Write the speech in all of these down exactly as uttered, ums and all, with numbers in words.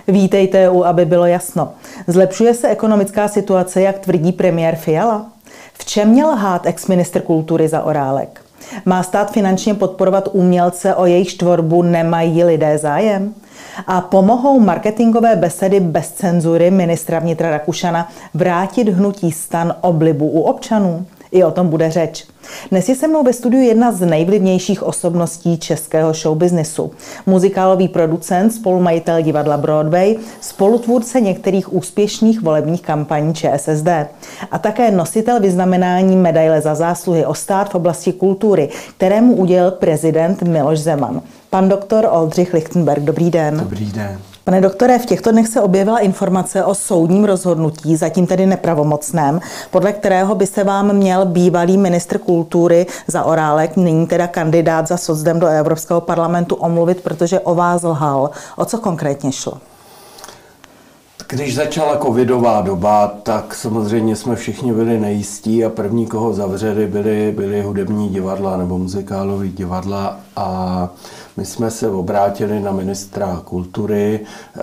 Vítejte u Aby bylo jasno. Zlepšuje se ekonomická situace, jak tvrdí premiér Fiala? V čem měl lhát ex-ministr kultury Zaorálek? Má stát finančně podporovat umělce, o jejichž tvorbu nemají lidé zájem? A pomohou marketingové besedy bez cenzury ministra vnitra Rakušana vrátit hnutí STAN oblibu u občanů? I o tom bude řeč. Dnes je se mnou ve studiu jedna z nejvlivnějších osobností českého showbiznesu. Muzikálový producent, spolumajitel divadla Broadway, spolutvůrce některých úspěšných volebních kampaní ČSSD a také nositel vyznamenání medaile za zásluhy o stát v oblasti kultury, kterému udělil prezident Miloš Zeman. Pan doktor Oldřich Lichtenberg, dobrý den. Dobrý den. Pane doktore, v těchto dnech se objevila informace o soudním rozhodnutí, zatím tedy nepravomocném, podle kterého by se vám měl bývalý ministr kultury Zaorálek, nyní teda kandidát za socdem do Evropského parlamentu, omluvit, protože o vás lhal. O co konkrétně šlo? Když začala covidová doba, tak samozřejmě jsme všichni byli nejistí a první, koho zavřeli, byly, byly hudební divadla nebo muzikálové divadla a my jsme se obrátili na ministra kultury, eh,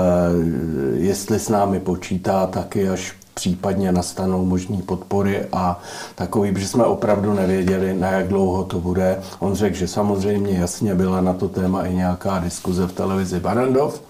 jestli s námi počítá taky, až případně nastanou možné podpory a takový, protože jsme opravdu nevěděli, na jak dlouho to bude. On řekl, že samozřejmě jasně byla na to téma i nějaká diskuze v televizi Barrandov.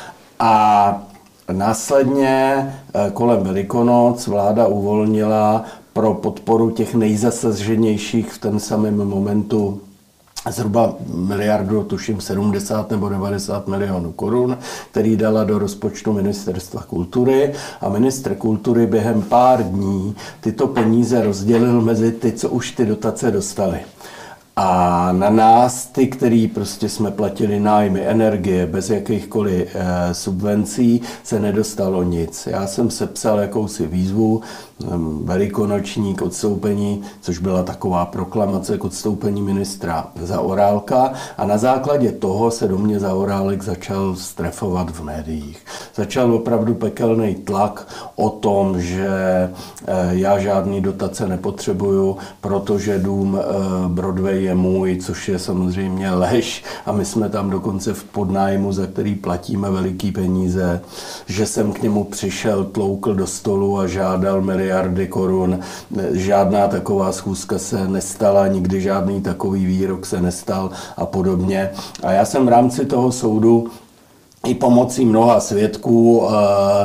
A následně kolem Velikonoc vláda uvolnila pro podporu těch nejzasaženějších v ten samém momentu zhruba miliardu, tuším sedmdesát nebo devadesát milionů korun, který dala do rozpočtu Ministerstva kultury a ministr kultury během pár dní tyto peníze rozdělil mezi ty, co už ty dotace dostali. A na nás, ty, který prostě jsme platili nájmy, energie, bez jakýchkoliv e, subvencí, se nedostalo nic. Já jsem sepsal jakousi výzvu, velikonoční k odstoupení, což byla taková proklamace k odstoupení ministra Zaorálka a na základě toho se do mě Zaorálek začal strefovat v médiích. Začal opravdu pekelný tlak o tom, že já žádný dotace nepotřebuju, protože dům Broadway je můj, což je samozřejmě lež a my jsme tam dokonce v podnájmu, za který platíme veliký peníze, že jsem k němu přišel, tloukl do stolu a žádal miliardy korun. Žádná taková schůzka se nestala, nikdy žádný takový výrok se nestal a podobně. A já jsem v rámci toho soudu i pomocí mnoha svědků uh, uh,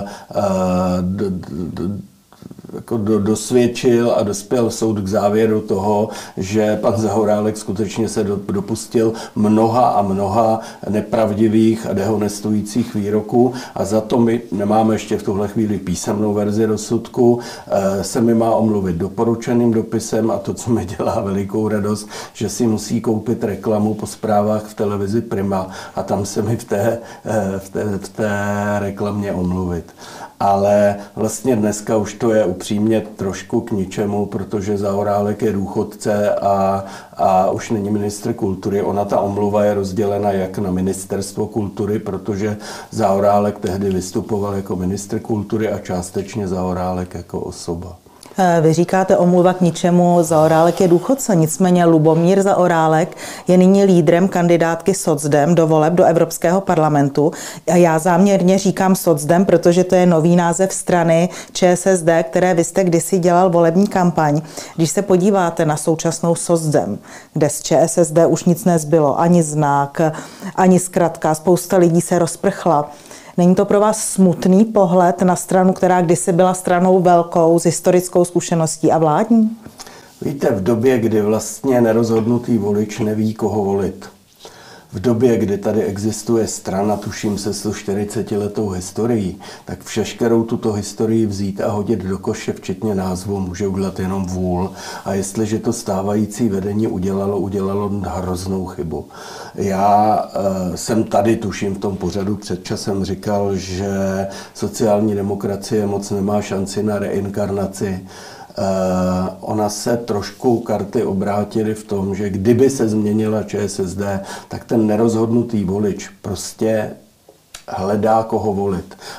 d, d, d, jako do, dosvědčil a dospěl soud k závěru toho, že pan Zaorálek skutečně se do, dopustil mnoha a mnoha nepravdivých a dehonestujících výroků a za to my nemáme ještě v tuhle chvíli písemnou verzi rozsudku, e, se mi má omluvit doporučeným dopisem a to, co mi dělá velikou radost, že si musí koupit reklamu po zprávách v televizi Prima a tam se mi v té, e, v té, v té reklamě omluvit. Ale vlastně dneska už to je upřímně trošku k ničemu, protože Zaorálek je důchodce a, a už není ministr kultury. Ona ta omluva je rozdělena jak na ministerstvo kultury, protože Zaorálek tehdy vystupoval jako ministr kultury a částečně Zaorálek jako osoba. Vy říkáte omluva k ničemu, Zaorálek je důchodce, nicméně Lubomír Zaorálek je nyní lídrem kandidátky socdem do voleb do Evropského parlamentu. A já záměrně říkám socdem, protože to je nový název strany ČSSD, které vy jste kdysi dělal volební kampaň. Když se podíváte na současnou socdem, kde z ČSSD už nic nezbylo, ani znak, ani zkratka, spousta lidí se rozprchla. Není to pro vás smutný pohled na stranu, která kdysi byla stranou velkou s historickou zkušeností a vládní? Víte, v době, kdy vlastně nerozhodnutý volič neví, koho volit, v době, kdy tady existuje strana, tuším se sto čtyřicetiletou historií, tak všeškerou tuto historii vzít a hodit do koše, včetně názvu, může udělat jenom vůl. A jestliže to stávající vedení udělalo, udělalo hroznou chybu. Já e, jsem tady, tuším, v tom pořadu před časem říkal, že sociální demokracie moc nemá šanci na reinkarnaci. Uh, ona se trošku karty obrátily v tom, že kdyby se změnila ČSSD, tak ten nerozhodnutý volič prostě hledá, koho volit.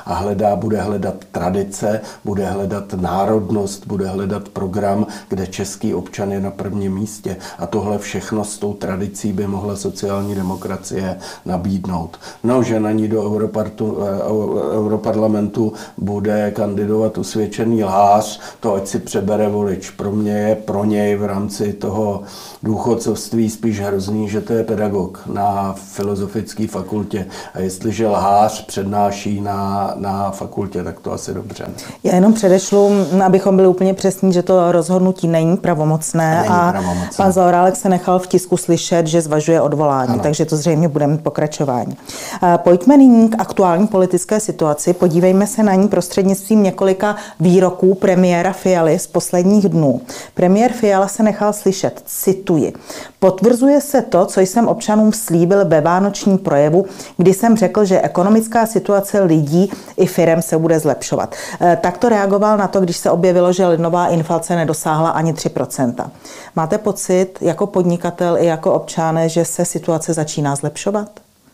a hledá, bude hledat tradice, bude hledat národnost, bude hledat program, kde český občan je na prvním místě. A tohle všechno s tou tradicí by mohla sociální demokracie nabídnout. No, že na ní do Europartu, Europarlamentu bude kandidovat usvědčený lhář, to ať si přebere volič. Pro mě je pro něj v rámci toho důchodcovství spíš hrozný, že to je pedagog na filozofické fakultě. A jestliže lhář přednáší na, na fakultě, tak to asi dobře. Já jenom předešlu, abychom byli úplně přesní, že to rozhodnutí není pravomocné. Není a pravomocné. Pan Zaorálek se nechal v tisku slyšet, že zvažuje odvolání, ano. Takže to zřejmě bude mít pokračování. Pojďme nyní k aktuální politické situaci. Podívejme se na ní prostřednictvím několika výroků premiéra Fialy z posledních dnů. Premiér Fiala se nechal slyšet, cituji: "Potvrzuje se to, co jsem občanům slíbil ve vánočním projevu, kdy jsem řekl, že ekonomická situace lidí i firem se bude zlepšovat." Tak to reagoval na to, když se objevilo, že lednová inflace nedosáhla ani tři procenta. Máte pocit jako podnikatel i jako občan, že se situace začíná zlepšovat?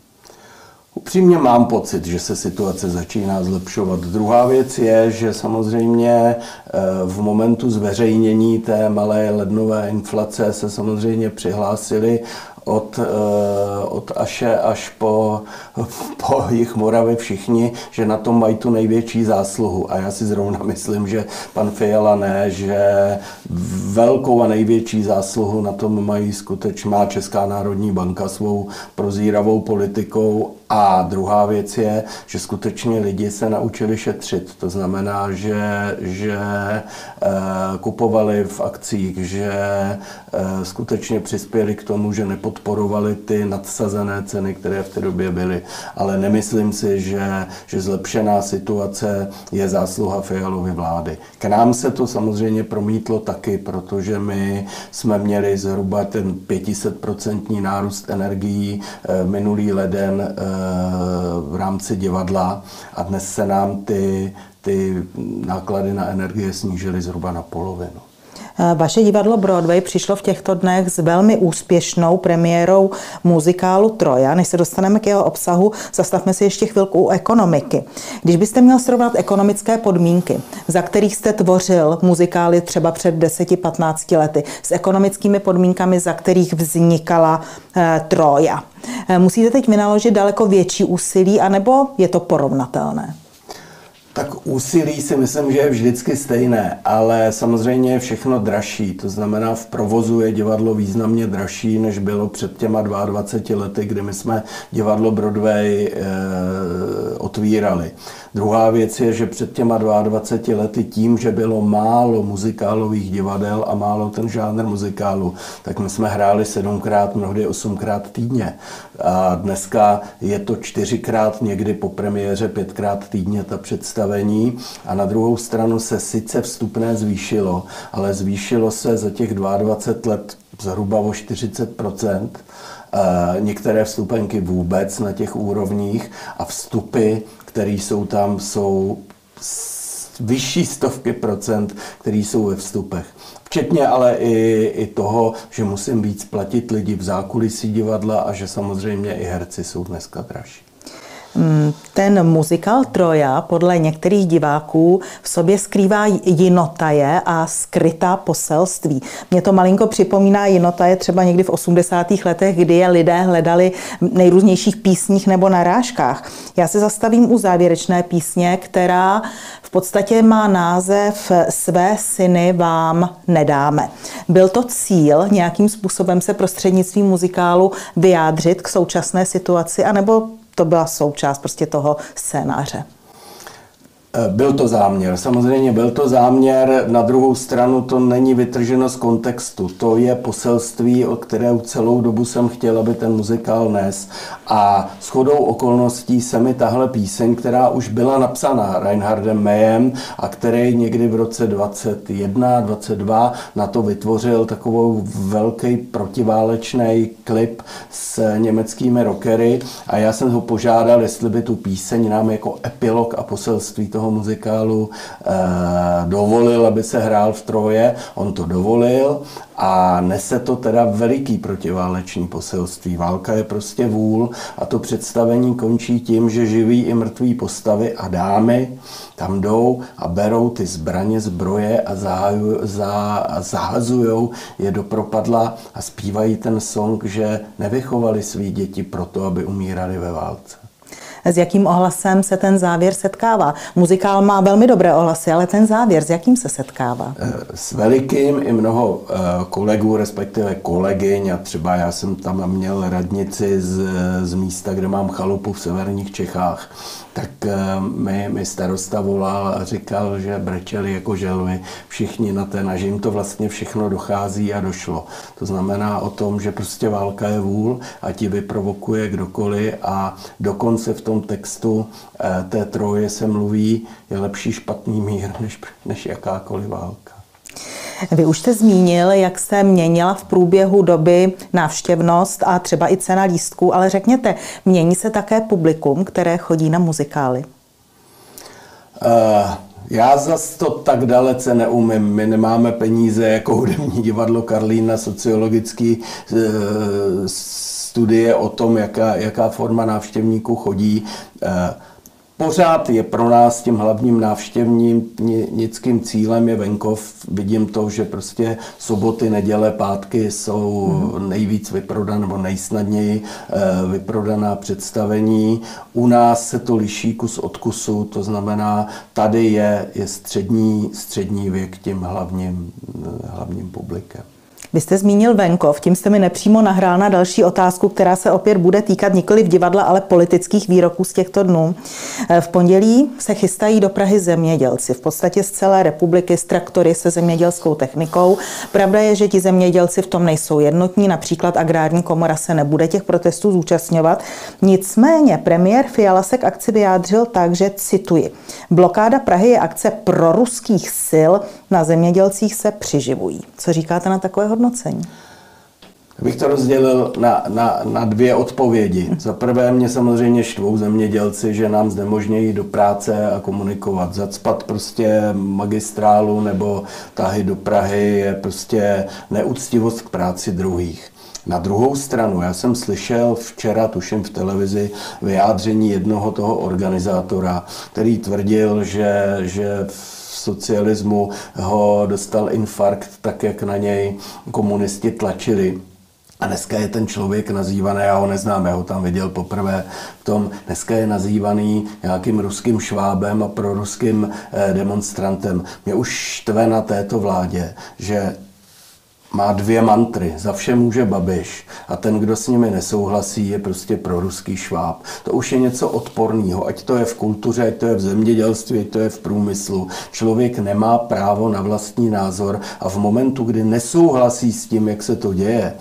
Upřímně mám pocit, že se situace začíná zlepšovat. Druhá věc je, že samozřejmě v momentu zveřejnění té malé lednové inflace se samozřejmě přihlásili od, od Aše až po, po jih Moravy všichni, že na tom mají tu největší zásluhu. A já si zrovna myslím, že pan Fiala ne, že velkou a největší zásluhu na tom mají skutečně, má Česká národní banka svou prozíravou politikou. A druhá věc je, že skutečně lidi se naučili šetřit. To znamená, že, že e, kupovali v akcích, že e, skutečně přispěli k tomu, že nepodporovali ty nadsazené ceny, které v té době byly. Ale nemyslím si, že, že zlepšená situace je zásluha Fialovy vlády. K nám se to samozřejmě promítlo taky, protože my jsme měli zhruba ten pět set procent nárůst energií e, minulý leden e, v rámci divadla a dnes se nám ty, ty náklady na energie snížily zhruba na polovinu. Vaše divadlo Broadway přišlo v těchto dnech s velmi úspěšnou premiérou muzikálu Troja. Než se dostaneme k jeho obsahu, zastavme si ještě chvilku u ekonomiky. Když byste měl srovnat ekonomické podmínky, za kterých jste tvořil muzikály třeba před deseti patnácti lety, s ekonomickými podmínkami, za kterých vznikala eh, Troja, musíte teď vynaložit daleko větší úsilí, anebo je to porovnatelné? Tak úsilí si myslím, že je vždycky stejné, ale samozřejmě je všechno dražší. To znamená, v provozu je divadlo významně dražší, než bylo před těma dvaceti dvěma lety, kdy my jsme divadlo Broadway e, otvírali. Druhá věc je, že před těma dvaceti dvěma lety tím, že bylo málo muzikálových divadel a málo ten žánr muzikálu, tak my jsme hráli sedmkrát, mnohdy osmkrát týdně. A dneska je to čtyřikrát, někdy po premiéře pětkrát týdně ta představení. A na druhou stranu se sice vstupné zvýšilo, ale zvýšilo se za těch dvacet dva let zhruba o čtyřicet procent. Některé vstupenky vůbec na těch úrovních a vstupy, které jsou tam, jsou vyšší stovky procent, které jsou ve vstupech. Včetně ale i, i toho, že musím víc platit lidi v zákulisí divadla a že samozřejmě i herci jsou dneska dražší. Ten muzikál Troja podle některých diváků v sobě skrývá jinotaje a skrytá poselství. Mě to malinko připomíná jinotaje třeba někdy v osmdesátých letech, kdy je lidé hledali v nejrůznějších písních nebo narážkách. Já se zastavím u závěrečné písně, která v podstatě má název Své syny vám nedáme. Byl to cíl nějakým způsobem se prostřednictvím muzikálu vyjádřit k současné situaci, anebo to byla součást prostě toho scénáře? Byl to záměr, samozřejmě byl to záměr, na druhou stranu to není vytrženo z kontextu. To je poselství, o které celou dobu jsem chtěl, aby ten muzikál nes. A shodou okolností se mi tahle píseň, která už byla napsaná Reinhardem Mayem a který někdy v roce dvacet jedna, dvacet dva na to vytvořil takovou velký protiválečný klip s německými rockery a já jsem ho požádal, jestli by tu píseň nám jako epilog a poselství toho toho muzikálu eh, dovolil, aby se hrál v Troje. On to dovolil a nese to teda veliký protiváleční poselství. Válka je prostě vůl a to představení končí tím, že živí i mrtví postavy a dámy tam jdou a berou ty zbraně, zbroje a zahazujou je do propadla a zpívají ten song, že nevychovali svý děti proto, aby umírali ve válce. S jakým ohlasem se ten závěr setkává? Muzikál má velmi dobré ohlasy, ale ten závěr, s jakým se setkává? S velikým. I mnoho kolegů, respektive kolegyň, a třeba já jsem tam měl radnici z, z místa, kde mám chalupu v severních Čechách, tak mi, mi starosta volal a říkal, že brečeli jako želvy všichni na ten a že jim to vlastně všechno dochází a došlo. To znamená o tom, že prostě válka je vůl a ti vyprovokuje kdokoliv a dokonce v tom textu té Troje se mluví, je lepší špatný mír, než, než jakákoliv válka. Vy už jste zmínil, jak se měnila v průběhu doby návštěvnost a třeba i cena lístků, ale řekněte, mění se také publikum, které chodí na muzikály? Uh, já zas to tak dalece neumím. My nemáme peníze jako hudební divadlo Karlín na sociologické uh, studie o tom, jaká, jaká forma návštěvníků chodí. Uh, Pořád je pro nás tím hlavním návštěvním nickým cílem je venkov. Vidím to, že prostě soboty, neděle, pátky jsou nejvíc vyprodané nebo nejsnadněji vyprodaná představení. U nás se to liší kus od kusu, to znamená, tady je, je střední, střední věk tím hlavním, hlavním publikem. Vy jste zmínil venkov, tím jste mi nepřímo nahrál na další otázku, která se opět bude týkat nikoli v divadla, ale politických výroků z těchto dnů. V pondělí se chystají do Prahy zemědělci, v podstatě z celé republiky s traktory se zemědělskou technikou. Pravda je, že ti zemědělci v tom nejsou jednotní, například Agrární komora se nebude těch protestů zúčastňovat. Nicméně premiér Fiala se k akci vyjádřil tak, že cituji: blokáda Prahy je akce proruských sil, na zemědělcích se přiživují. Co říkáte na takové hodnocení? Bych to rozdělil na, na, na dvě odpovědi. Za prvé mě samozřejmě štvou zemědělci, že nám znemožnějí do práce a komunikovat. Zacpat prostě magistrálu nebo tahy do Prahy je prostě neúctivost k práci druhých. Na druhou stranu, já jsem slyšel včera, tuším v televizi, vyjádření jednoho toho organizátora, který tvrdil, že, že v socialismu ho dostal infarkt, tak jak na něj komunisti tlačili. A dneska je ten člověk nazývaný, já ho neznám, já ho tam viděl poprvé v tom, dneska je nazývaný nějakým ruským švábem a proruským demonstrantem. Mě už štve na této vládě, že má dvě mantry. Za vše může Babiš a ten, kdo s nimi nesouhlasí, je prostě proruský šváb. To už je něco odporného, ať to je v kultuře, ať to je v zemědělství, ať to je v průmyslu. Člověk nemá právo na vlastní názor a v momentu, kdy nesouhlasí s tím, jak se to děje,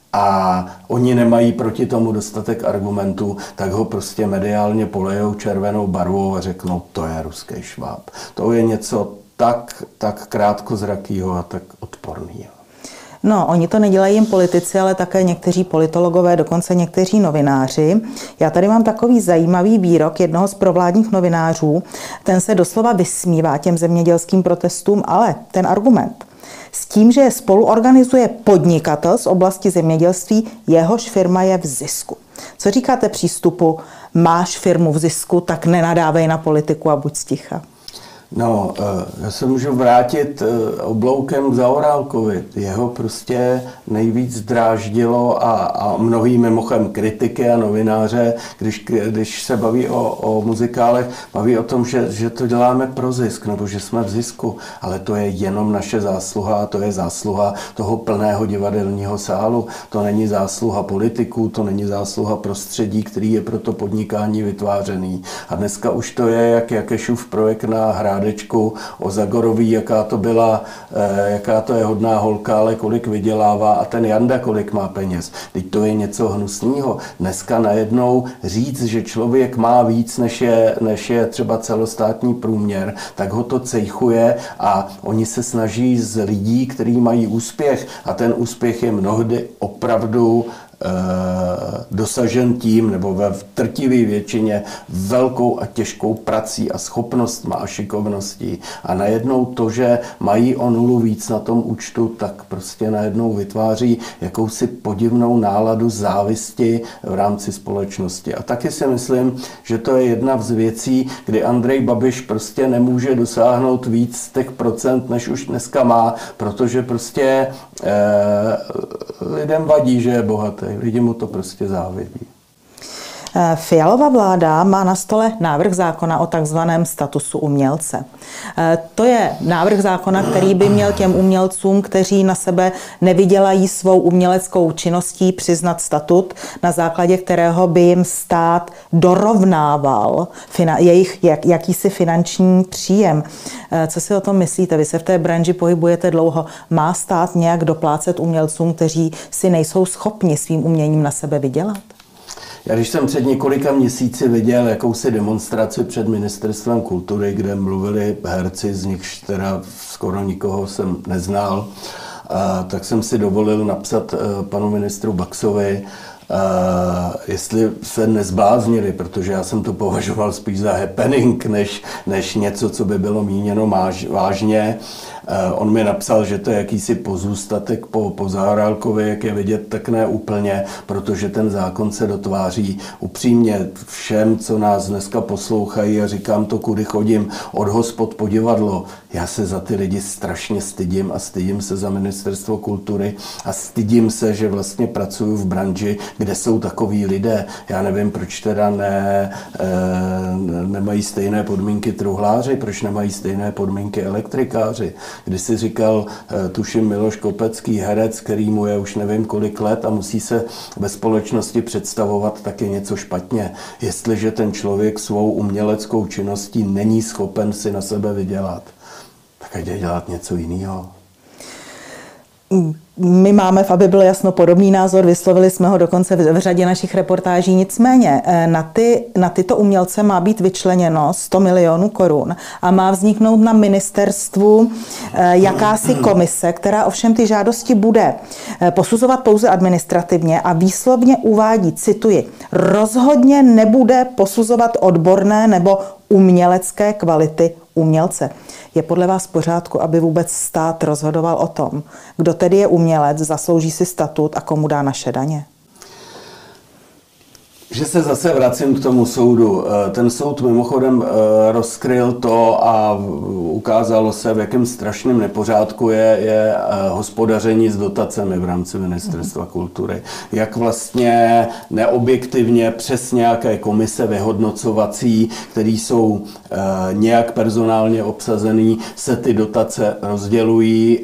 a oni nemají proti tomu dostatek argumentů, tak ho prostě mediálně polejou červenou barvou a řeknou, to je ruský šváb. To je něco tak, tak krátkozrakýho a tak odporného. No, oni to nedělají jen politici, ale také někteří politologové, dokonce někteří novináři. Já tady mám takový zajímavý výrok jednoho z provládních novinářů. Ten se doslova vysmívá těm zemědělským protestům, ale ten argument s tím, že je spoluorganizuje podnikatel z oblasti zemědělství, jehož firma je v zisku. Co říkáte přístupu, máš firmu v zisku, tak nenadávej na politiku a buď sticha? No, já se můžu vrátit obloukem k Zaorálkovi. Jeho prostě nejvíc dráždilo a, a mnohý mimochodem kritiky a novináře, když, když se baví o, o muzikálech, baví o tom, že, že to děláme pro zisk, nebo že jsme v zisku, ale to je jenom naše zásluha, to je zásluha toho plného divadelního sálu, to není zásluha politiků, to není zásluha prostředí, který je pro to podnikání vytvářený. A dneska už to je jak Jakešův projekt na hrádečku o Zagorový, jaká to byla, jaká to je hodná holka, ale kolik vydělává a ten Janda kolik má peněz. Teď to je něco hnusného. Dneska najednou říct, že člověk má víc, než je, než je třeba celostátní průměr, tak ho to cejchuje a oni se snaží z lidí, kteří mají úspěch a ten úspěch je mnohdy opravdu dosažen tím, nebo ve drtivé většině velkou a těžkou prací a schopnostma a šikovností. A najednou to, že mají o nulu víc na tom účtu, tak prostě najednou vytváří jakousi podivnou náladu závisti v rámci společnosti. A taky si myslím, že to je jedna z věcí, kdy Andrej Babiš prostě nemůže dosáhnout víc těch procent, než už dneska má, protože prostě eh, lidem vadí, že je bohatý. Lidi mu to prostě závidí. Fialova vláda má na stole návrh zákona o takzvaném statusu umělce. To je návrh zákona, který by měl těm umělcům, kteří na sebe nevydělají svou uměleckou činností, přiznat statut, na základě kterého by jim stát dorovnával jejich jak, jakýsi finanční příjem. Co si o tom myslíte? Vy se v té branži pohybujete dlouho. Má stát nějak doplácet umělcům, kteří si nejsou schopni svým uměním na sebe vydělat? Já když jsem před několika měsíci viděl jakousi demonstraci před Ministerstvem kultury, kde mluvili herci, z nichž teda skoro nikoho jsem neznal, tak jsem si dovolil napsat panu ministru Baxovi, Uh, jestli se nezbláznili, protože já jsem to považoval spíš za happening, než, než něco, co by bylo míněno máž, vážně. Uh, on mi napsal, že to je jakýsi pozůstatek po, po Zaorálkovi, jak je vidět, tak ne úplně, protože ten zákon se dotváří upřímně všem, co nás dneska poslouchají, a říkám to, kudy chodím, od hospod po divadlo. Já se za ty lidi strašně stydím a stydím se za Ministerstvo kultury a stydím se, že vlastně pracuju v branži, kde jsou takoví lidé. Já nevím, proč teda ne, e, nemají stejné podmínky truhláři, proč nemají stejné podmínky elektrikáři. Když si říkal, e, tuším, Miloš Kopecký, herec, který mu je už nevím kolik let a musí se ve společnosti představovat, tak je něco špatně. Jestliže ten člověk svou uměleckou činností není schopen si na sebe vydělat, tak ať jde dělat něco jiného. My máme, aby bylo jasno, podobný názor, vyslovili jsme ho dokonce v řadě našich reportáží. Nicméně na, ty, na tyto umělce má být vyčleněno sto milionů korun a má vzniknout na ministerstvu jakási komise, která ovšem ty žádosti bude posuzovat pouze administrativně a výslovně uvádí, cituji, rozhodně nebude posuzovat odborné nebo umělecké kvality umělce. Je podle vás v pořádku, aby vůbec stát rozhodoval o tom, kdo tedy je umělec, zaslouží si statut a komu dá naše daně? Že se zase vracím k tomu soudu. Ten soud mimochodem rozkryl to a ukázalo se, v jakém strašném nepořádku je, je hospodaření s dotacemi v rámci Ministerstva kultury. Jak vlastně neobjektivně přes nějaké komise vyhodnocovací, které jsou nějak personálně obsazený, se ty dotace rozdělují.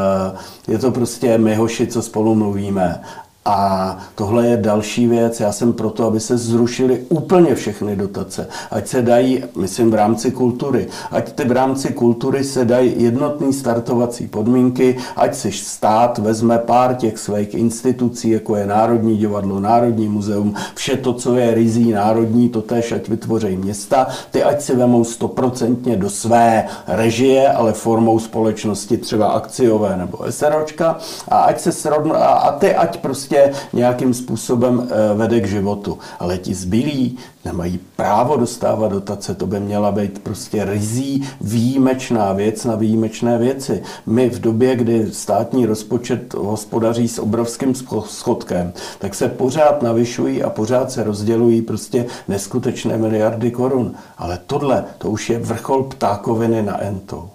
Je to prostě my hoši, co spolu mluvíme. A tohle je další věc. Já jsem proto, aby se zrušily úplně všechny dotace. Ať se dají, myslím v rámci kultury, ať ty v rámci kultury se dají jednotný startovací podmínky, ať si stát vezme pár těch svých institucí, jako je Národní divadlo, Národní muzeum, vše to, co je rizí národní, to též ať vytvoří města, ty ať si vemou stoprocentně do své režie, ale formou společnosti třeba akciové nebo SROčka, a ať se srovn... a ty ať prostě nějakým způsobem vede k životu. Ale ti zbylí nemají právo dostávat dotace, to by měla být prostě rizí výjimečná věc na výjimečné věci. My v době, kdy státní rozpočet hospodaří s obrovským schodkem, tak se pořád navyšují a pořád se rozdělují prostě neskutečné miliardy korun. Ale tohle, to už je vrchol ptákoviny na entou.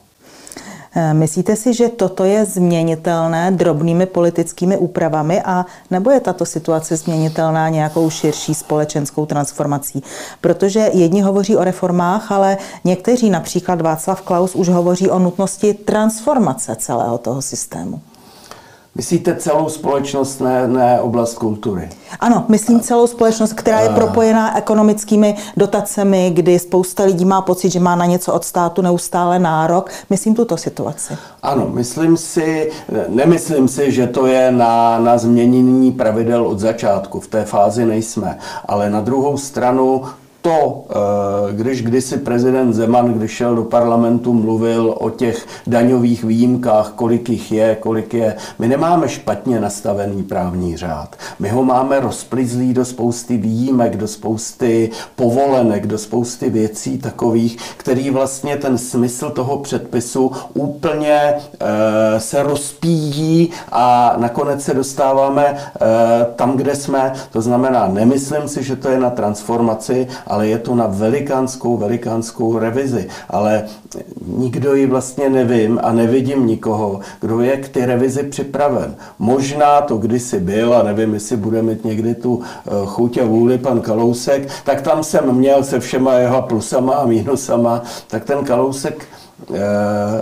Myslíte si, že toto je změnitelné drobnými politickými úpravami a nebo je tato situace změnitelná nějakou širší společenskou transformací? Protože jedni hovoří o reformách, ale někteří, například Václav Klaus, už hovoří o nutnosti transformace celého toho systému. Myslíte celou společnost, ne, ne oblast kultury? Ano, myslím celou společnost, která je propojená ekonomickými dotacemi, kdy spousta lidí má pocit, že má na něco od státu neustále nárok. Myslím tuto situaci. Ano, myslím si, nemyslím si, že to je na, na změnění pravidel od začátku. V té fázi nejsme. Ale na druhou stranu to, když kdysi prezident Zeman, když šel do parlamentu, mluvil o těch daňových výjimkách, kolik jich je, kolik je. My nemáme špatně nastavený právní řád. My ho máme rozplizlý do spousty výjimek, do spousty povolenek, do spousty věcí takových, který vlastně ten smysl toho předpisu úplně e, se rozpíjí a nakonec se dostáváme e, tam, kde jsme. To znamená, nemyslím si, že to je na transformaci, ale je to na velikánskou, velikánskou revizi. Ale nikdo ji vlastně nevím a nevidím nikoho, kdo je k té revizi připraven. Možná to kdysi byl, a nevím, jestli bude mít někdy tu chuť a vůli pan Kalousek, tak tam jsem měl se všema jeho plusama a mínusama, tak ten Kalousek eh,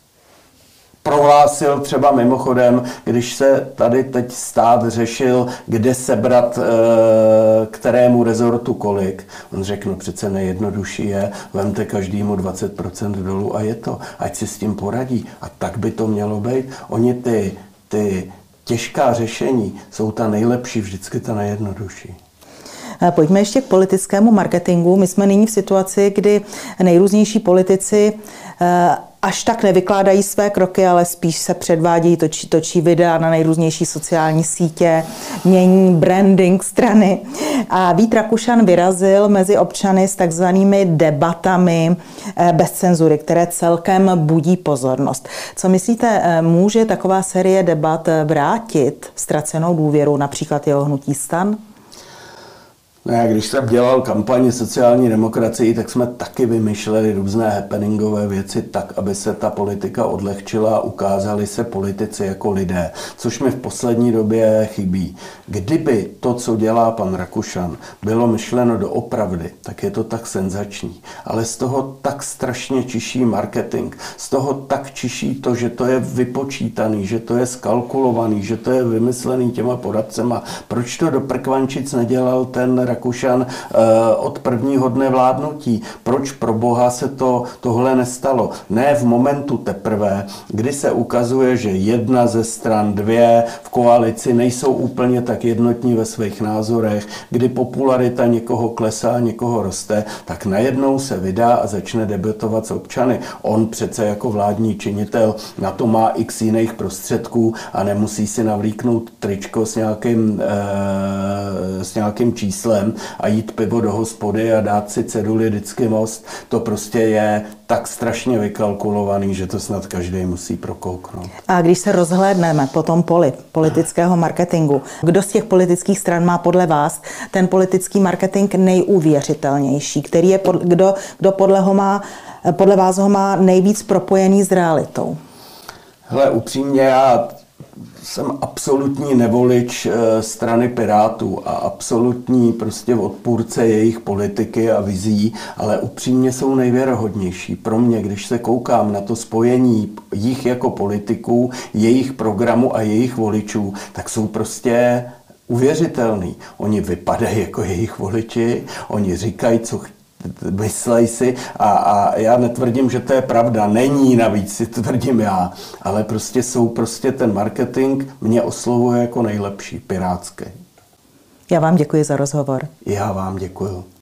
prohlásil třeba mimochodem, když se tady teď stát řešil, kde sebrat e, kterému rezortu kolik. On řekl, no přece nejjednodušší je, vemte každému dvacet procent dolů a je to. Ať si s tím poradí. A tak by to mělo být. Oni ty, ty těžká řešení jsou ta nejlepší, vždycky ta nejjednodušší. Pojďme ještě k politickému marketingu. My jsme nyní v situaci, kdy nejrůznější politici až tak nevykládají své kroky, ale spíš se předvádějí, točí, točí videa na nejrůznější sociální sítě, mění branding strany. A Vít Rakušan vyrazil mezi občany s takzvanými debatami bez cenzury, které celkem budí pozornost. Co myslíte, může taková série debat vrátit ztracenou důvěru, například jeho hnutí STAN? Ne, když jsem dělal kampaně sociální demokracii, tak jsme taky vymýšleli různé happeningové věci tak, aby se ta politika odlehčila a ukázali se politici jako lidé, což mi v poslední době chybí. Kdyby to, co dělá pan Rakušan, bylo myšleno doopravdy, tak je to tak senzační. Ale z toho tak strašně čiší marketing, z toho tak čiší to, že to je vypočítaný, že to je skalkulovaný, že to je vymyslený těma poradcema. Proč to do prkvančic nedělal ten Rakušan od prvního dne vládnutí? Proč pro boha se to tohle nestalo? Ne v momentu teprve, kdy se ukazuje, že jedna ze stran, dvě v koalici nejsou úplně tak jednotní ve svých názorech, kdy popularita někoho klesá, někoho roste, tak najednou se vydá a začne debatovat s občany. On přece jako vládní činitel na to má x jiných prostředků a nemusí si navlíknout tričko s nějakým, e, s nějakým číslem a jít pivo do hospody a dát si ceduly vždycky most. To prostě je tak strašně vykalkulovaný, že to snad každý musí prokouknout. A když se rozhlédneme po tom poli politického marketingu, kdo z těch politických stran má podle vás ten politický marketing nejuvěřitelnější? Který je, kdo, kdo podle, ho má, podle vás ho má nejvíc propojený s realitou? Hele, upřímně, já jsem absolutní nevolič strany Pirátů a absolutní prostě odpůrce jejich politiky a vizí, ale upřímně jsou nejvěrohodnější. Pro mě, když se koukám na to spojení jich jako politiků, jejich programu a jejich voličů, tak jsou prostě uvěřitelný. Oni vypadají jako jejich voliči, oni říkají, co chtějí, myslej si a, a já netvrdím, že to je pravda, není navíc, si to tvrdím já, ale prostě jsou prostě ten marketing mě oslovuje jako nejlepší, pirátský. Já vám děkuji za rozhovor. Já vám děkuji.